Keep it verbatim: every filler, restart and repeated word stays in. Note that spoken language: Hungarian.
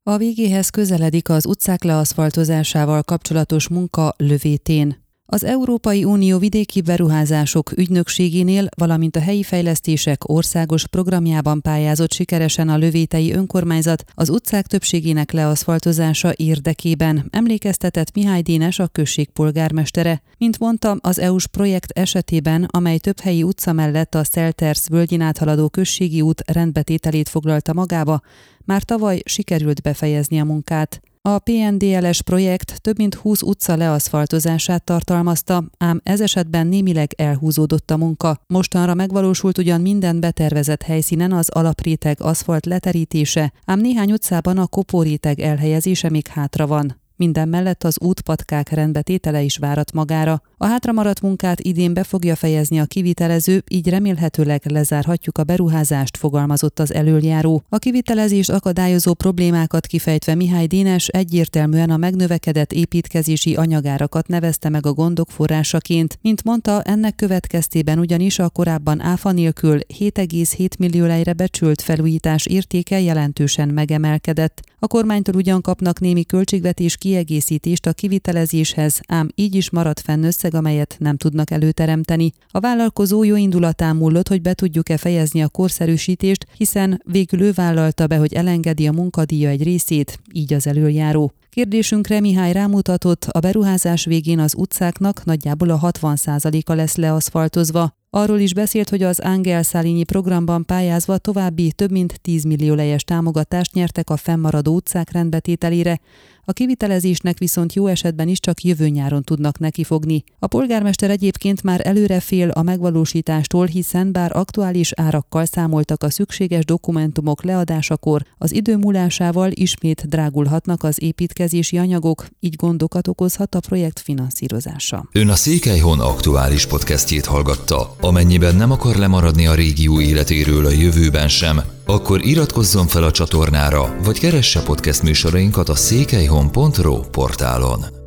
A végéhez közeledik az utcák leaszfaltozásával kapcsolatos munka Lövétén. Az Európai Unió vidéki beruházások ügynökségénél, valamint a helyi fejlesztések országos programjában pályázott sikeresen a lövétei önkormányzat az utcák többségének leaszfaltozása érdekében, emlékeztetett Mihály Dénes, a község polgármestere. Mint mondta, az é u-s projekt esetében, amely több helyi utca mellett a Szeltersz völgyén áthaladó községi út rendbetételét foglalta magába, már tavaly sikerült befejezni a munkát. A pé en dé el es projekt több mint húsz utca leaszfaltozását tartalmazta, ám ez esetben némileg elhúzódott a munka. Mostanra megvalósult ugyan minden betervezett helyszínen az alapréteg aszfalt leterítése, ám néhány utcában a kopóréteg elhelyezése még hátra van. Minden mellett az útpatkák rendbetétele is várat magára. A hátramaradt munkát idén be fogja fejezni a kivitelező, így remélhetőleg lezárhatjuk a beruházást, fogalmazott az elöljáró. A kivitelezést akadályozó problémákat kifejtve Mihály Dénes egyértelműen a megnövekedett építkezési anyagárakat nevezte meg a gondok forrásaként. Mint mondta, ennek következtében ugyanis a korábban áfa nélkül hét egész hét millió lejre becsült felújítás értéke jelentősen megemelkedett. A kormánytól ugyan kapnak némi költségvetés kiegészítést a kivitelezéshez, ám így is maradt fenn összeg, amelyet nem tudnak előteremteni. A vállalkozó jó indulatán múlott, hogy be tudjuk-e fejezni a korszerűsítést, hiszen végül ő vállalta be, hogy elengedi a munkadíja egy részét, így az elöljáró. Kérdésünkre Mihály rámutatott, a beruházás végén az utcáknak nagyjából a hatvan százaléka lesz leaszfaltozva. Arról is beszélt, hogy az Ángel Szálényi programban pályázva további több mint tíz millió lejes támogatást nyertek a fennmaradó utcák rendbetételére. A kivitelezésnek viszont jó esetben is csak jövő nyáron tudnak nekifogni. A polgármester egyébként már előre fél a megvalósítástól, hiszen bár aktuális árakkal számoltak a szükséges dokumentumok leadásakor, az idő múlásával ismét drágulhatnak az építkezési anyagok, így gondokat okozhat a projekt finanszírozása. Ön a Székelyhon aktuális podcastjét hallgatta. Amennyiben nem akar lemaradni a régió életéről a jövőben sem, akkor iratkozzon fel a csatornára, vagy keresse podcast műsorainkat a székelyhon pont ro portálon.